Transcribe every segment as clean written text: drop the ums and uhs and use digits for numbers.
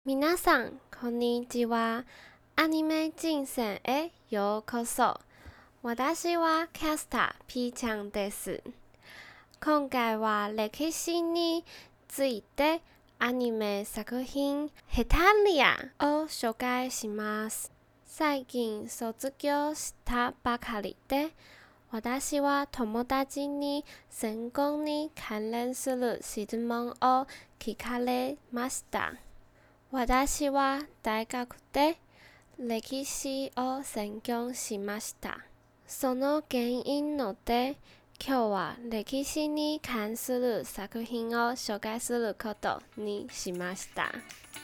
皆さん、こんにちは。アニメ人生へようこそ。私はキャスター P ちゃんです。今回は歴史についてアニメ作品ヘタリアを紹介します。最近卒業したばかりで、私は友達に専攻に関連する質問を聞かれました。私は大学で歴史を専攻しました。その原因ので、今日は歴史に関する作品を紹介することにしました。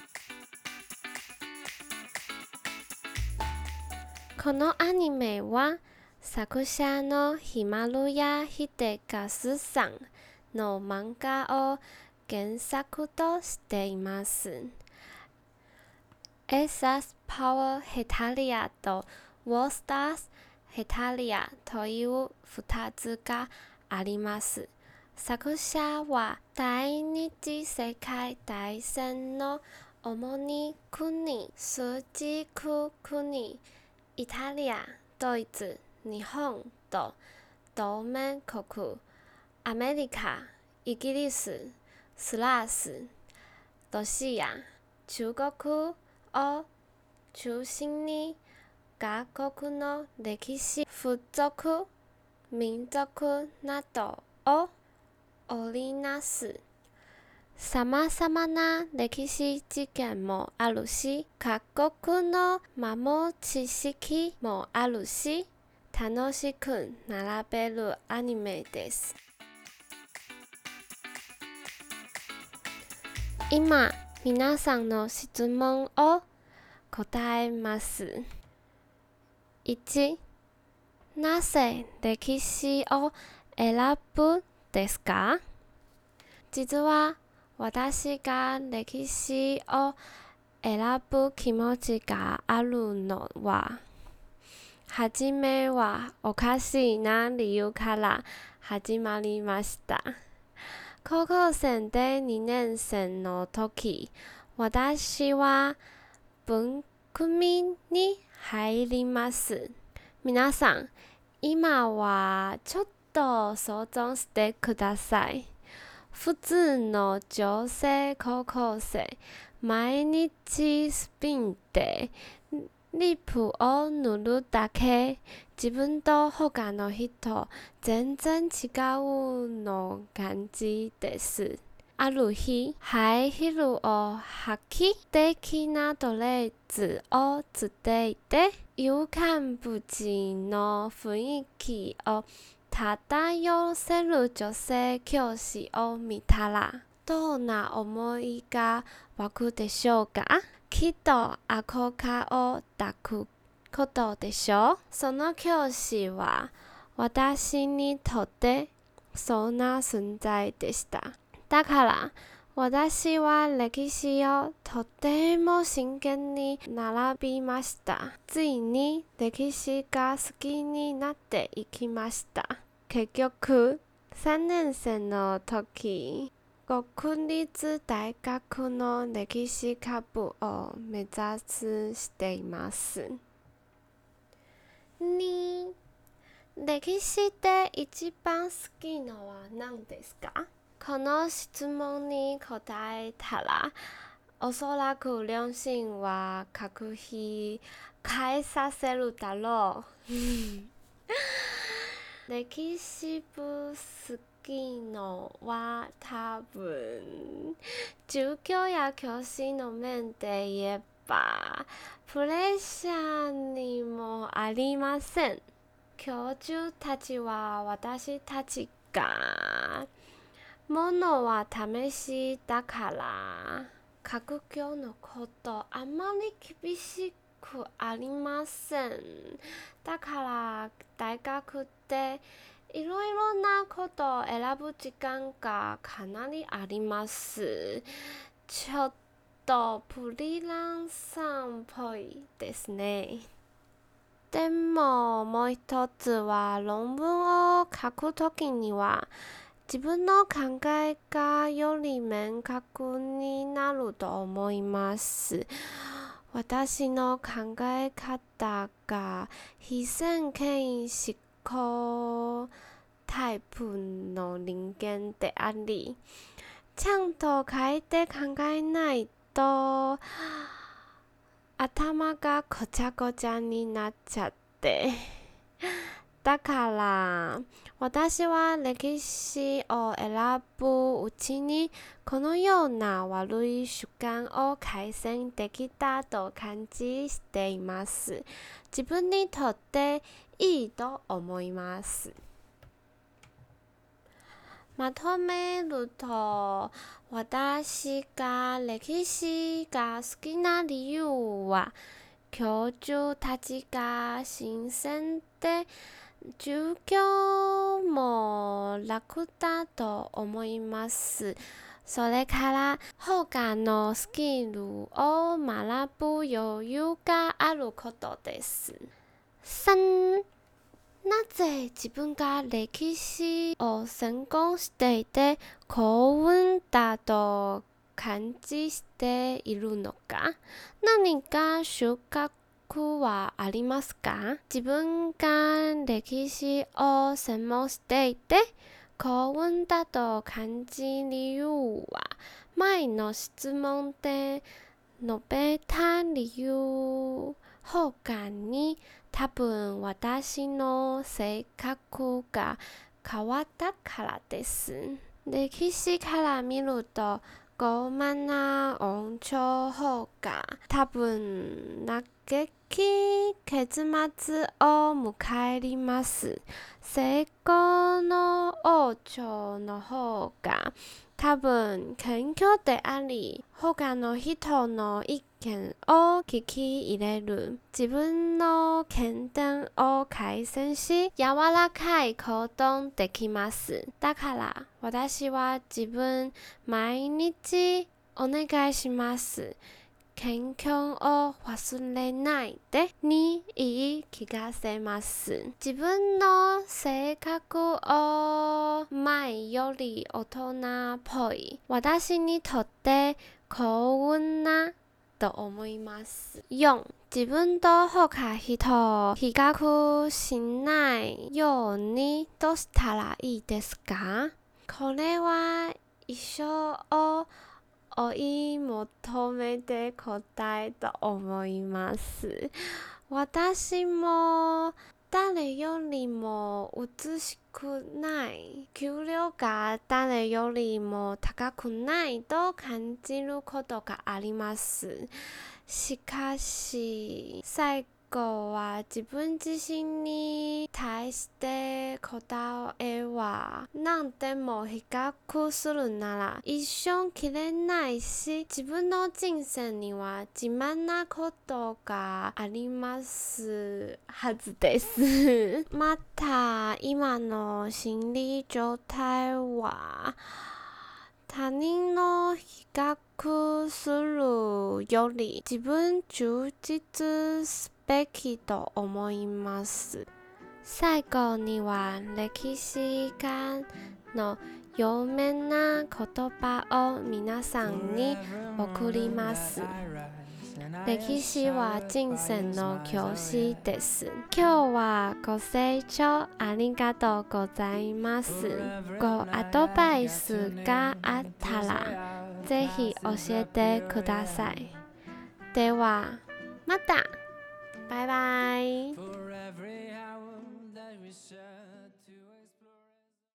このアニメは作者のひまるやひでかすさんの漫画を原作としています。Esas Power Hetalia と Wallstars Hetalia という2つがあります。作者は第二次世界大戦の主に国、枢軸国、イタリア、ドイツ、日本と同盟国、アメリカ、イギリス、フランス、ロシア、中国を中心に各国の歴史、風俗、民族などを織りなす。様々な歴史事件もあるし、各国の守知識もあるし、楽しく並べるアニメです。今、皆さんの質問を答えます。1、なぜ歴史を選ぶですか？実は私が歴史を選ぶ気持ちがあるのは、はじめはおかしいな理由から始まりました。高校生で2年生の時、私は文組に入ります。皆さん、今はちょっと想像してください。普通の女性高校生、毎日スピンでリップを塗るだけ、自分と他の人全然違うの感じです。ある日、ハイヒールを履き、素敵なドレスを着ていて、勇敢不羁の雰囲気を漂わせる女性教師を見たら、どんな思いが湧くでしょうか？きっと憧れを抱くことでしょう。その教師は私にとってそんな存在でした。だから私は歴史をとても真剣に学びました。ついに歴史が好きになっていきました。結局、3年生の時、国立大学の歴史科部を目指しています。2、歴史で一番好きのは何ですか？この質問に答えたら、おそらく両親は学費変えさせるだろう。歴史部好きのは多分、授業や教師の面で言えば、プレッシャーにもありません。教授たちは私たちが、ものは試しだから、学業のことあまり厳しくありません。だから大学でいろいろなことを選ぶ時間がかなりあります。ちょっとフリーランサーっぽいですね。でももう一つは論文を書くときには自分の考えがより明確になると思います。私の考え方が非線形思考タイプの人間であり、ちゃんと書いて考えないと頭がごちゃごちゃになっちゃってだから私は歴史を選ぶうちにこのような悪い習慣を改善できたと感じしています。自分にとっていいと思います。まとめると、私が歴史が好きな理由は、教授たちが新鮮で、授業も楽だと思います。それから他のスキルを学ぶ余裕があることです。3、なぜ自分が歴史を専攻していて幸運だと感じているのか？何か収穫はありますか？自分が歴史を専門していて幸運だと感じる理由は前の質問で述べた理由他に多分私の性格が変わったからです。歴史から見ると傲慢な王朝が多分嘆き結末を迎えます。成功の王朝の方が多分謙虚であり、他の人の意見を聞き入れる。自分の欠点を改善し、柔らかい行動できます。だから私は自分毎日お願いします。謙虚を忘れないでに言い聞かせます。自分の性格を前より大人っぽい私にとって幸運なと思います。4、自分と他人を比較しないようにどうしたらいいですか？これは一生を追い求めて答えと思います。私も誰よりも美しくない、給料が誰よりも高くないと感じることがあります。しかし、最後は自分自身に対して答えは何でも比較するなら一生きれないし、自分の人生には自慢なことがありますはずです。また今の心理状態は他人の比較するより自分充実すべきと思います。最後には歴史家の有名な言葉を皆さんに送ります。歴史は人生の教師です。今日はご清聴ありがとうございます。ごアドバイスがあったらぜひ教えてください。ではまた。バイバイ。